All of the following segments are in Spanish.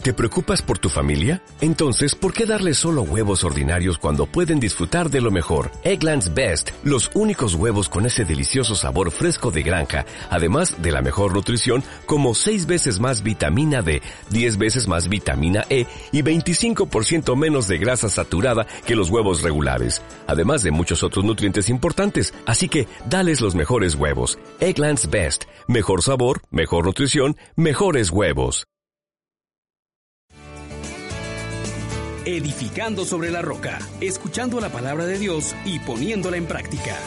¿Te preocupas por tu familia? Entonces, ¿por qué darles solo huevos ordinarios cuando pueden disfrutar de lo mejor? Eggland's Best, los únicos huevos con ese delicioso sabor fresco de granja, además de la mejor nutrición, como 6 veces más vitamina D, 10 veces más vitamina E y 25% menos de grasa saturada que los huevos regulares, además de muchos otros nutrientes importantes. Así que, dales los mejores huevos. Eggland's Best, mejor sabor, mejor nutrición, mejores huevos. Edificando sobre la roca, escuchando la palabra de Dios y poniéndola en práctica.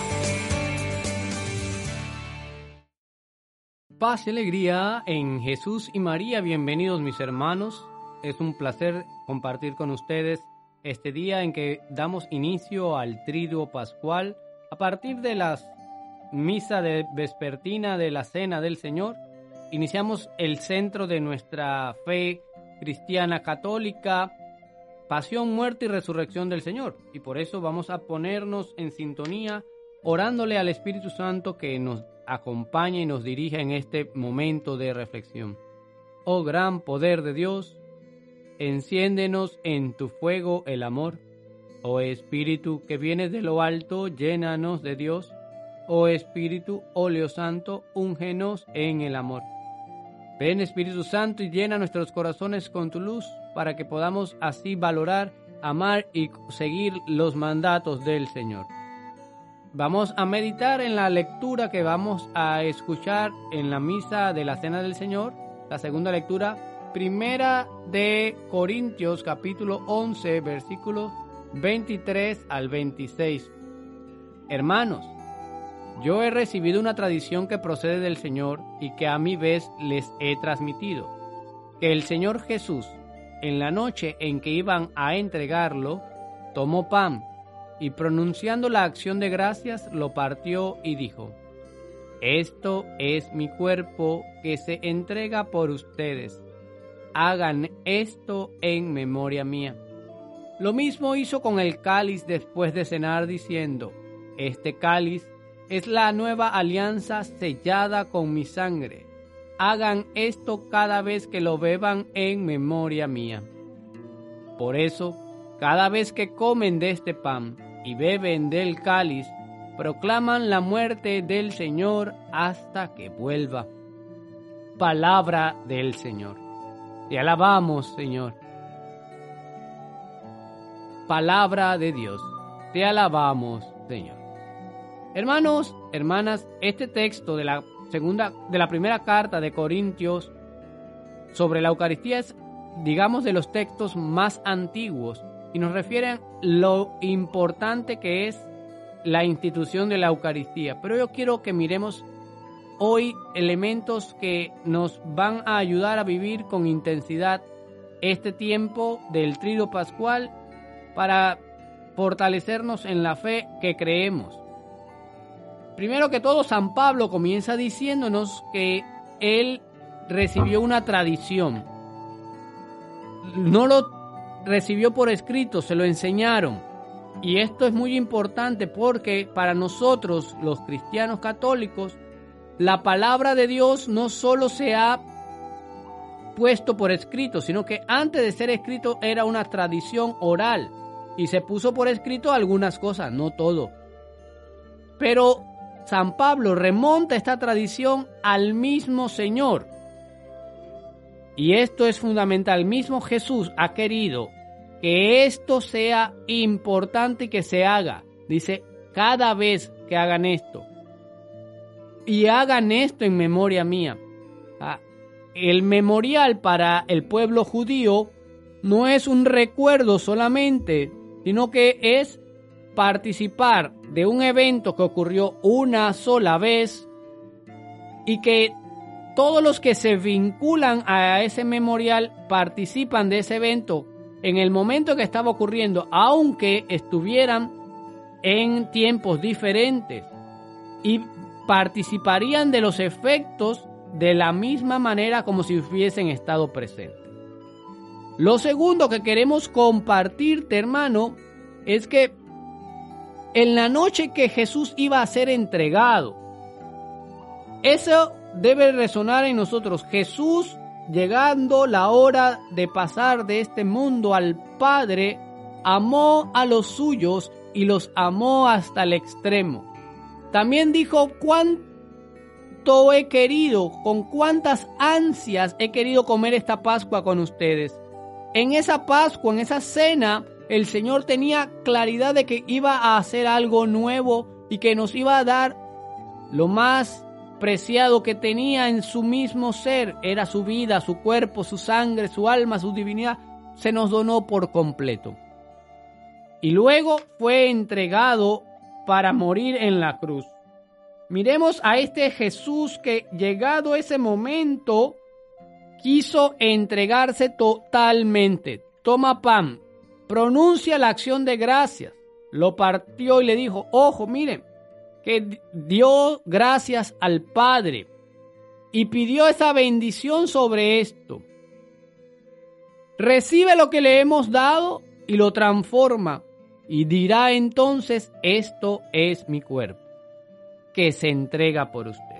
Paz y alegría en Jesús y María. Bienvenidos mis hermanos. Es un placer compartir con ustedes este día en que damos inicio al Triduo Pascual a partir de la misa de vespertina de la Cena del Señor. Iniciamos el centro de nuestra fe cristiana católica, pasión, muerte y resurrección del Señor. Y por eso vamos a ponernos en sintonía, orándole al Espíritu Santo que nos acompañe y nos dirija en este momento de reflexión. Oh gran poder de Dios, enciéndenos en tu fuego el amor. Oh Espíritu que vienes de lo alto, llénanos de Dios. Oh Espíritu, óleo santo, úngenos en el amor. Ven Espíritu Santo y llena nuestros corazones con tu luz, para que podamos así valorar, amar y seguir los mandatos del Señor. Vamos a meditar en la lectura que vamos a escuchar en la misa de la Cena del Señor, la segunda lectura, primera de Corintios, capítulo 11, versículos 23 al 26. Hermanos, yo he recibido una tradición que procede del Señor y que a mi vez les he transmitido, que el Señor Jesús, en la noche en que iban a entregarlo, tomó pan y pronunciando la acción de gracias lo partió y dijo: esto es mi cuerpo que se entrega por ustedes. Hagan esto en memoria mía. Lo mismo hizo con el cáliz después de cenar diciendo: este cáliz es la nueva alianza sellada con mi sangre. Hagan esto cada vez que lo beban en memoria mía. Por eso, cada vez que comen de este pan y beben del cáliz, proclaman la muerte del Señor hasta que vuelva. Palabra del Señor. Te alabamos, Señor. Palabra de Dios. Te alabamos, Señor. Hermanos, hermanas, este texto de la primera carta de Corintios sobre la Eucaristía es, digamos, de los textos más antiguos y nos refieren lo importante que es la institución de la Eucaristía. Pero yo quiero que miremos hoy elementos que nos van a ayudar a vivir con intensidad este tiempo del Triduo Pascual para fortalecernos en la fe que creemos. Primero que todo, San Pablo comienza diciéndonos que él recibió una tradición. No lo recibió por escrito, se lo enseñaron. Y esto es muy importante porque para nosotros, los cristianos católicos, la palabra de Dios no solo se ha puesto por escrito, sino que antes de ser escrito era una tradición oral. Y se puso por escrito algunas cosas, no todo. Pero San Pablo remonta esta tradición al mismo Señor. Y esto es fundamental. El mismo Jesús ha querido que esto sea importante y que se haga. Dice, cada vez que hagan esto. Y hagan esto en memoria mía. El memorial para el pueblo judío no es un recuerdo solamente, sino que es participar de un evento que ocurrió una sola vez y que todos los que se vinculan a ese memorial participan de ese evento en el momento que estaba ocurriendo, aunque estuvieran en tiempos diferentes, y participarían de los efectos de la misma manera como si hubiesen estado presentes. Lo segundo que queremos compartirte, hermano, es que en la noche que Jesús iba a ser entregado, eso debe resonar en nosotros. Jesús llegando la hora de pasar de este mundo al Padre, amó a los suyos y los amó hasta el extremo. También dijo: cuánto he querido, con cuántas ansias he querido comer esta Pascua con ustedes. En esa Pascua, en esa cena, el Señor tenía claridad de que iba a hacer algo nuevo y que nos iba a dar lo más preciado que tenía en su mismo ser. Era su vida, su cuerpo, su sangre, su alma, su divinidad. Se nos donó por completo. Y luego fue entregado para morir en la cruz. Miremos a este Jesús que, llegado ese momento, quiso entregarse totalmente. Toma pan, pronuncia la acción de gracias, lo partió y le dijo: ojo, miren, que dio gracias al Padre y pidió esa bendición sobre esto. Recibe lo que le hemos dado y lo transforma, y dirá entonces: esto es mi cuerpo, que se entrega por usted.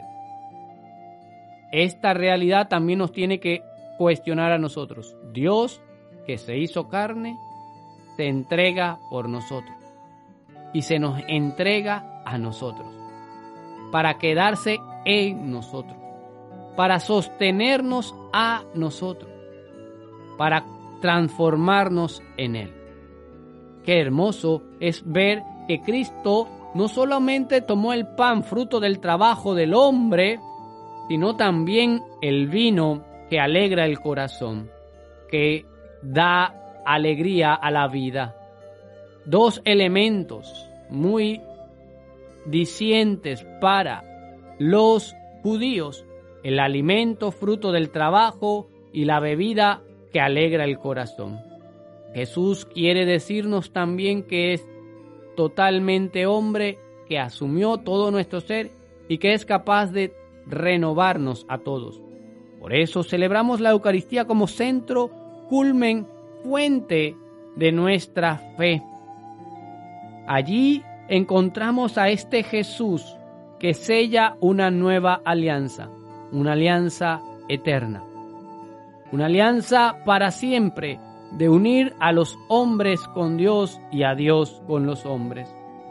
Esta realidad también nos tiene que cuestionar a nosotros. Dios, que se hizo carne, se entrega por nosotros y se nos entrega a nosotros para quedarse en nosotros, para sostenernos a nosotros, para transformarnos en Él. Qué hermoso es ver que Cristo no solamente tomó el pan, fruto del trabajo del hombre, sino también el vino que alegra el corazón, que da alegría a la vida. Dos elementos muy dicientes para los judíos: el alimento fruto del trabajo y la bebida que alegra el corazón. Jesús quiere decirnos también que es totalmente hombre, que asumió todo nuestro ser y que es capaz de renovarnos a todos. Por eso celebramos la Eucaristía como centro, culmen, fuente de nuestra fe. Allí encontramos a este Jesús que sella una nueva alianza, una alianza eterna, una alianza para siempre, de unir a los hombres con Dios y a Dios con los hombres.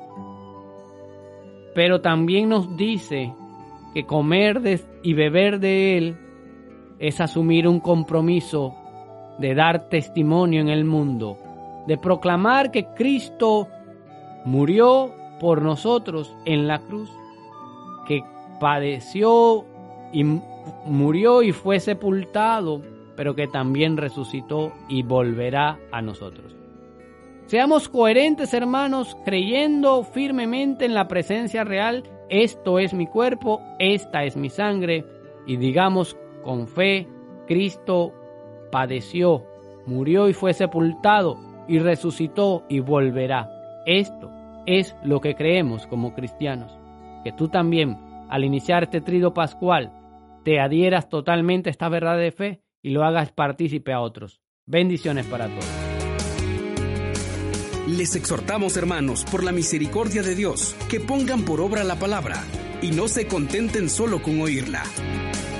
Pero también nos dice que comer y beber de Él es asumir un compromiso de dar testimonio en el mundo, de proclamar que Cristo murió por nosotros en la cruz, que padeció y murió y fue sepultado, pero que también resucitó y volverá a nosotros. Seamos coherentes, hermanos, creyendo firmemente en la presencia real. Esto es mi cuerpo, esta es mi sangre, y digamos con fe: Cristo padeció, murió y fue sepultado, y resucitó y volverá. Esto es lo que creemos como cristianos. Que tú también, al iniciar este triduo pascual, te adhieras totalmente a esta verdad de fe y lo hagas partícipe a otros. Bendiciones para todos. Les exhortamos, hermanos, por la misericordia de Dios, que pongan por obra la palabra y no se contenten solo con oírla.